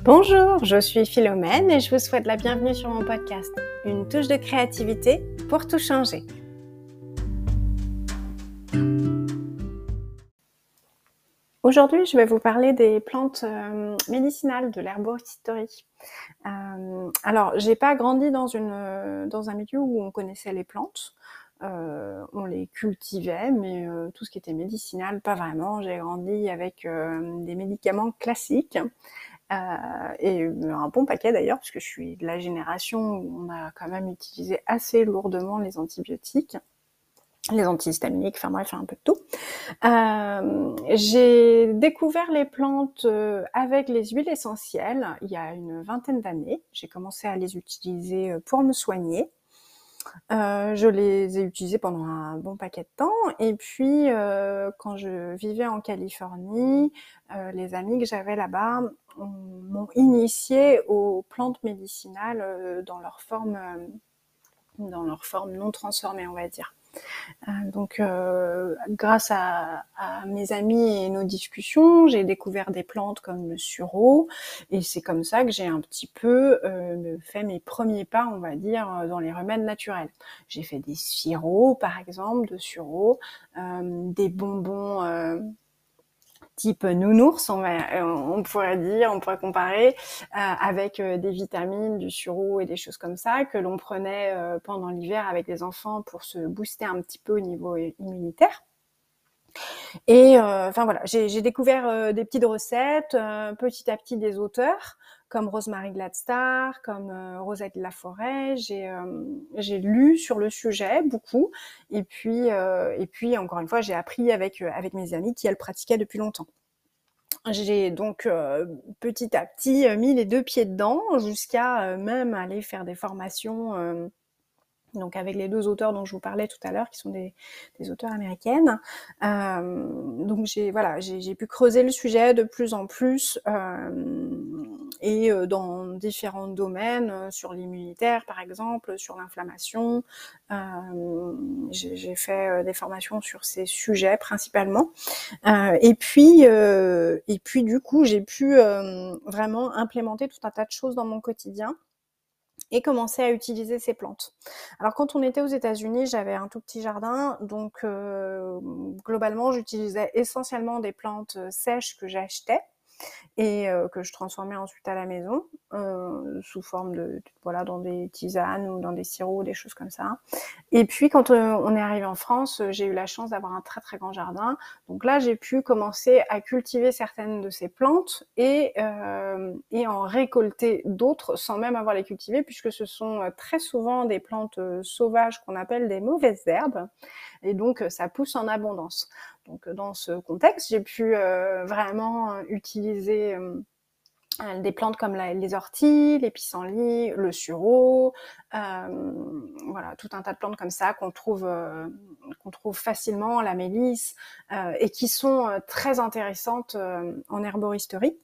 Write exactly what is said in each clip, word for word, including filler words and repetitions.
Bonjour, je suis Philomène et je vous souhaite la bienvenue sur mon podcast, une touche de créativité pour tout changer. Aujourd'hui, je vais vous parler des plantes euh, médicinales, de l'herboristerie. Euh, alors, j'ai pas grandi dans, une, dans un milieu où on connaissait les plantes. Euh, on les cultivait, mais euh, tout ce qui était médicinal, pas vraiment. J'ai grandi avec euh, des médicaments classiques. Euh, et un bon paquet d'ailleurs, parce que je suis de la génération où on a quand même utilisé assez lourdement les antibiotiques, les antihistaminiques, enfin bref, un peu de tout. Euh, j'ai découvert les plantes euh, avec les huiles essentielles il y a une vingtaine d'années. J'ai commencé à les utiliser pour me soigner. Euh, je les ai utilisées pendant un bon paquet de temps. Et puis, euh, quand je vivais en Californie, euh, les amis que j'avais là-bas on, m'ont initiée aux plantes médicinales euh, dans leur forme, euh, dans leur forme non transformée, on va dire. Euh, donc, euh, grâce à, à mes amis et nos discussions, j'ai découvert des plantes comme le sureau, et c'est comme ça que j'ai un petit peu euh, fait mes premiers pas, on va dire, dans les remèdes naturels. J'ai fait des sirops, par exemple, de sureau, euh, des bonbons euh, type nounours, on, va, on pourrait dire, on pourrait comparer, euh, avec euh, des vitamines, du sureau et des choses comme ça, que l'on prenait euh, pendant l'hiver avec les enfants pour se booster un petit peu au niveau immunitaire. Et euh, enfin voilà, j'ai, j'ai découvert euh, des petites recettes, euh, petit à petit des auteurs, comme Rosemary Gladstar, comme euh, Rosette Laforêt. J'ai, euh, j'ai lu sur le sujet beaucoup, et puis, euh, et puis encore une fois, j'ai appris avec, euh, avec mes amis qui elles pratiquaient depuis longtemps. J'ai donc euh, petit à petit euh, mis les deux pieds dedans jusqu'à euh, même aller faire des formations euh, donc avec les deux auteurs dont je vous parlais tout à l'heure, qui sont des, des auteurs américaines. Euh, donc j'ai voilà, j'ai, j'ai pu creuser le sujet de plus en plus euh, et euh, dans différents domaines, euh, sur l'immunitaire par exemple, sur l'inflammation. Euh, j'ai, j'ai fait euh, des formations sur ces sujets principalement. Euh, et puis euh, et puis du coup j'ai pu euh, vraiment implémenter tout un tas de choses dans mon quotidien et commencer à utiliser ces plantes. Alors quand on était aux États-Unis, j'avais un tout petit jardin, donc euh, globalement j'utilisais essentiellement des plantes sèches que j'achetais et euh, que je transformais ensuite à la maison euh, sous forme de voilà dans des tisanes ou dans des sirops, des choses comme ça. Et puis quand euh, on est arrivé en France, j'ai eu la chance d'avoir un très très grand jardin. Donc là, j'ai pu commencer à cultiver certaines de ces plantes et euh, et en récolter d'autres sans même avoir les cultivées, puisque ce sont très souvent des plantes sauvages qu'on appelle des mauvaises herbes, et donc ça pousse en abondance. Donc dans ce contexte, j'ai pu euh, vraiment utiliser euh, des plantes comme la, les orties, les pissenlits, le sureau, euh, voilà, tout un tas de plantes comme ça qu'on trouve, euh, qu'on trouve facilement, la mélisse, euh, et qui sont euh, très intéressantes euh, en herboristerie.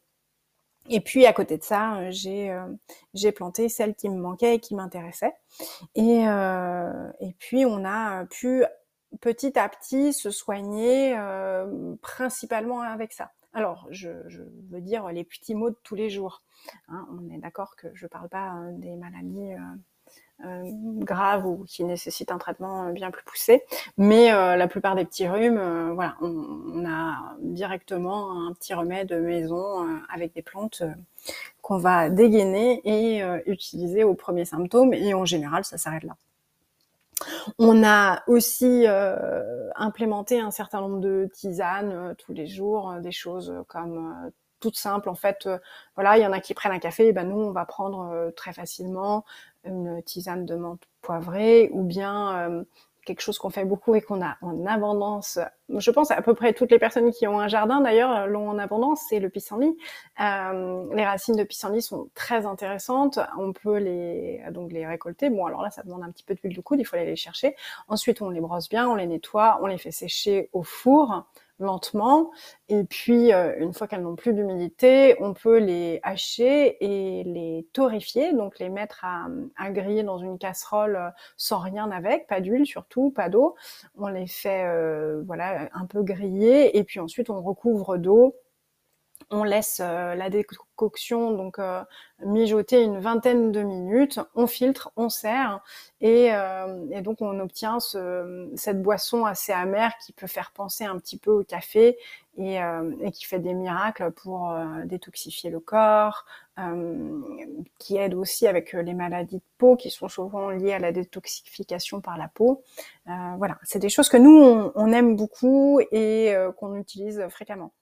Et puis à côté de ça, euh, j'ai, euh, j'ai planté celles qui me manquaient et qui m'intéressaient. Et, euh, et puis on a pu petit à petit se soigner euh, principalement avec ça. Alors, je, je veux dire les petits mots de tous les jours. Hein, on est d'accord que je ne parle pas euh, des maladies euh, euh, graves ou qui nécessitent un traitement bien plus poussé, mais euh, la plupart des petits rhumes, euh, voilà, on, on a directement un petit remède maison euh, avec des plantes euh, qu'on va dégainer et euh, utiliser aux premiers symptômes, et en général, ça s'arrête là. On a aussi euh, implémenté un certain nombre de tisanes euh, tous les jours, euh, des choses comme euh, toutes simples. En fait, euh, voilà, il y en a qui prennent un café, et ben nous, on va prendre euh, très facilement une tisane de menthe poivrée, ou bien euh, quelque chose qu'on fait beaucoup et qu'on a en abondance. Je pense à peu près toutes les personnes qui ont un jardin, d'ailleurs, l'ont en abondance, c'est le pissenlit. Euh, les racines de pissenlit sont très intéressantes. On peut les donc les récolter. Bon, alors là, ça demande un petit peu d'huile de coude, il faut aller les chercher. Ensuite, on les brosse bien, on les nettoie, on les fait sécher au four lentement, et puis euh, une fois qu'elles n'ont plus d'humidité, on peut les hacher et les torréfier, donc les mettre à, à griller dans une casserole euh, sans rien avec, pas d'huile surtout, pas d'eau. On les fait euh, voilà un peu griller, et puis ensuite on recouvre d'eau On laisse euh, la décoction donc euh, mijoter une vingtaine de minutes, on filtre, on sert et, euh, et donc on obtient ce, cette boisson assez amère qui peut faire penser un petit peu au café et, euh, et qui fait des miracles pour euh, détoxifier le corps, euh, qui aide aussi avec les maladies de peau qui sont souvent liées à la détoxification par la peau. Euh, voilà, c'est des choses que nous on, on aime beaucoup et euh, qu'on utilise fréquemment.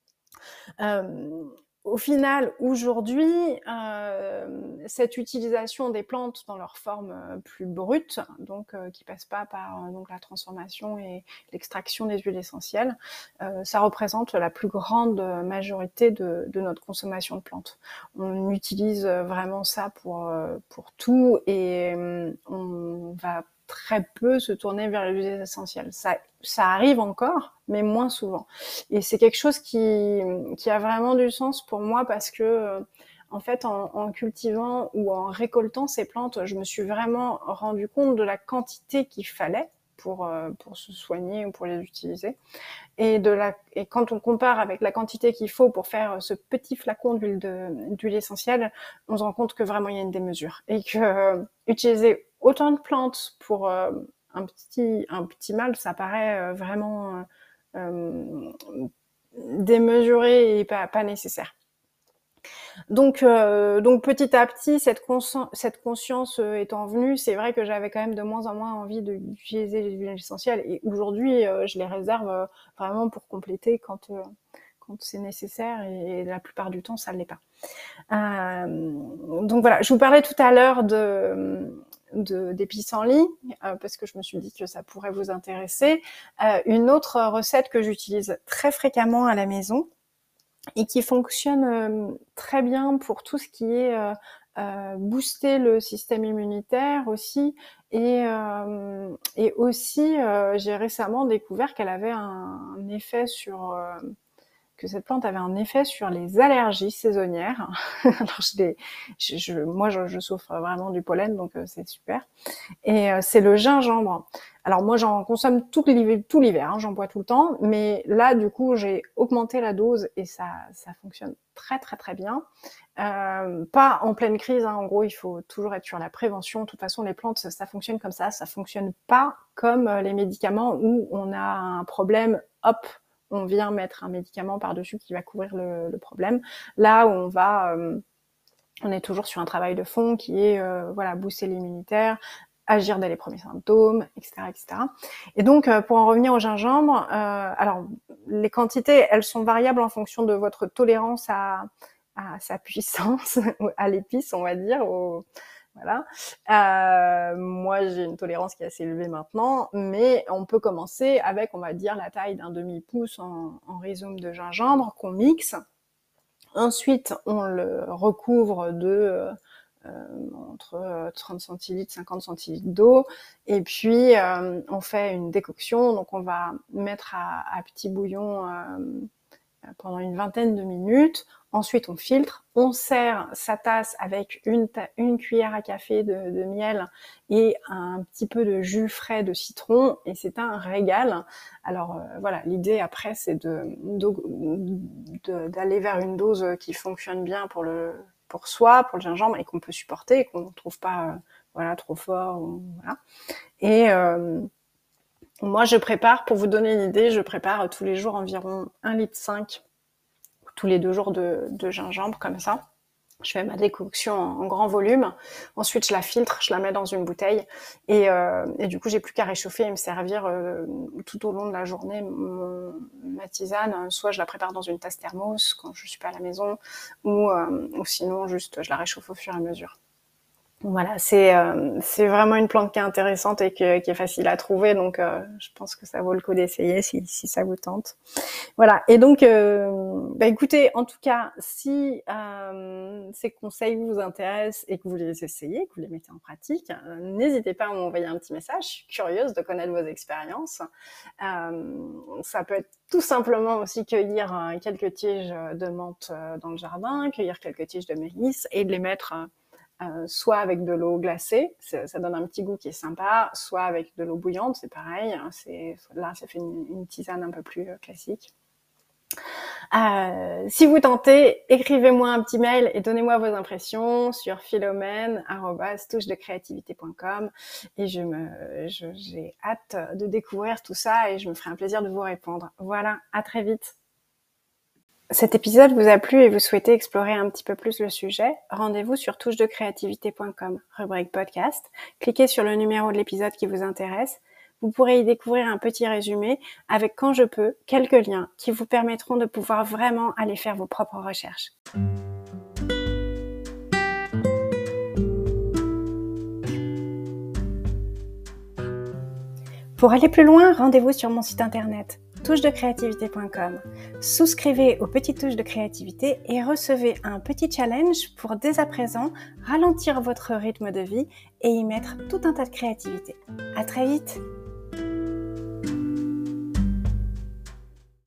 Euh, au final, aujourd'hui, euh, cette utilisation des plantes dans leur forme euh, plus brute, donc euh, qui passe pas par euh, donc la transformation et l'extraction des huiles essentielles, euh, ça représente la plus grande majorité de, de notre consommation de plantes. On utilise vraiment ça pour euh, pour tout et euh, on va très peu se tourner vers les huiles essentielles. Ça, ça arrive encore, mais moins souvent. Et c'est quelque chose qui, qui a vraiment du sens pour moi parce que, euh, en fait, en, en cultivant ou en récoltant ces plantes, je me suis vraiment rendu compte de la quantité qu'il fallait pour, euh, pour se soigner ou pour les utiliser. Et, de la, et quand on compare avec la quantité qu'il faut pour faire ce petit flacon d'huile, de, d'huile essentielle, on se rend compte que vraiment il y a une démesure. Et que euh, utiliser autant de plantes pour euh, un, petit, un petit mal, ça paraît euh, vraiment euh, démesuré et pas, pas nécessaire. Donc, euh, donc petit à petit, cette, consci- cette conscience euh, étant venue, c'est vrai que j'avais quand même de moins en moins envie de- d'utiliser les huiles essentielles. Et aujourd'hui, euh, je les réserve euh, vraiment pour compléter quand, euh, quand c'est nécessaire. Et, et la plupart du temps, ça ne l'est pas. Euh, donc voilà, je vous parlais tout à l'heure de, de des pissenlits euh, parce que je me suis dit que ça pourrait vous intéresser. Euh, une autre recette que j'utilise très fréquemment à la maison et qui fonctionne euh, très bien pour tout ce qui est euh, euh, booster le système immunitaire aussi et, euh, et aussi euh, j'ai récemment découvert qu'elle avait un, un effet sur euh, que cette plante avait un effet sur les allergies saisonnières. Alors je, l'ai, je, je moi je, je souffre vraiment du pollen donc euh, c'est super. Et euh, c'est le gingembre. Alors moi j'en consomme tout l'hiver, tout l'hiver, hein, j'en bois tout le temps, mais là du coup j'ai augmenté la dose et ça, ça fonctionne très très très bien. Euh, pas en pleine crise, hein, en gros il faut toujours être sur la prévention. De toute façon les plantes ça, ça fonctionne comme ça, ça fonctionne pas comme les médicaments où on a un problème, hop, on vient mettre un médicament par-dessus qui va couvrir le, le problème. Là où on va... Euh, on est toujours sur un travail de fond qui est euh, voilà booster l'immunitaire, agir dès les premiers symptômes, et cetera, et cetera. Et donc, euh, pour en revenir au gingembre, euh, alors les quantités, elles sont variables en fonction de votre tolérance à, à sa puissance, à l'épice, on va dire. Au, voilà. Euh, moi, j'ai une tolérance qui est assez élevée maintenant, mais on peut commencer avec, on va dire, la taille d'un demi-pouce en, en rhizome de gingembre qu'on mixe. Ensuite, on le recouvre de euh, entre trente centilitres, cinquante centilitres d'eau. Et puis, euh, on fait une décoction. Donc, on va mettre à, à petit bouillon euh, pendant une vingtaine de minutes. Ensuite, on filtre, on sert sa tasse avec une, ta- une cuillère à café de, de miel et un petit peu de jus frais de citron, et c'est un régal. Alors euh, voilà, l'idée après, c'est de, de, d'aller vers une dose qui fonctionne bien pour le pour soi, pour le gingembre, et qu'on peut supporter, et qu'on ne trouve pas euh, voilà trop fort. Ou, voilà. Et euh, moi, je prépare, pour vous donner une idée, je prépare tous les jours environ un litre cinq tous les deux jours de, de gingembre, comme ça. Je fais ma décoction en, en grand volume. Ensuite, je la filtre, je la mets dans une bouteille. Et, euh, et du coup, j'ai plus qu'à réchauffer et me servir euh, tout au long de la journée mon, ma tisane. Soit je la prépare dans une tasse thermos quand je suis pas à la maison, ou, euh, ou sinon, juste, je la réchauffe au fur et à mesure. Voilà, c'est euh, c'est vraiment une plante qui est intéressante et que, qui est facile à trouver, donc euh, je pense que ça vaut le coup d'essayer si, si ça vous tente. Voilà, et donc, euh, bah écoutez, en tout cas, si euh, ces conseils vous intéressent et que vous les essayez, que vous les mettez en pratique, euh, n'hésitez pas à m'envoyer un petit message. Je suis curieuse de connaître vos expériences. Euh, ça peut être tout simplement aussi cueillir euh, quelques tiges de menthe euh, dans le jardin, cueillir quelques tiges de mélisse et de les mettre... Euh, Euh, soit avec de l'eau glacée, ça, ça donne un petit goût qui est sympa, soit avec de l'eau bouillante, c'est pareil, hein, c'est, là ça fait une, une tisane un peu plus euh, classique. Euh, si vous tentez, écrivez-moi un petit mail et donnez-moi vos impressions sur philomène arobase touche de créativité point com et je me, je, j'ai hâte de découvrir tout ça et je me ferai un plaisir de vous répondre. Voilà, à très vite. Cet épisode vous a plu et vous souhaitez explorer un petit peu plus le sujet, rendez-vous sur touche de créativité point com, rubrique podcast. Cliquez sur le numéro de l'épisode qui vous intéresse. Vous pourrez y découvrir un petit résumé avec quand je peux, quelques liens qui vous permettront de pouvoir vraiment aller faire vos propres recherches. Pour aller plus loin, rendez-vous sur mon site internet touche de créativité point com. Souscrivez aux petites touches de créativité et recevez un petit challenge pour dès à présent ralentir votre rythme de vie et y mettre tout un tas de créativité. À très vite!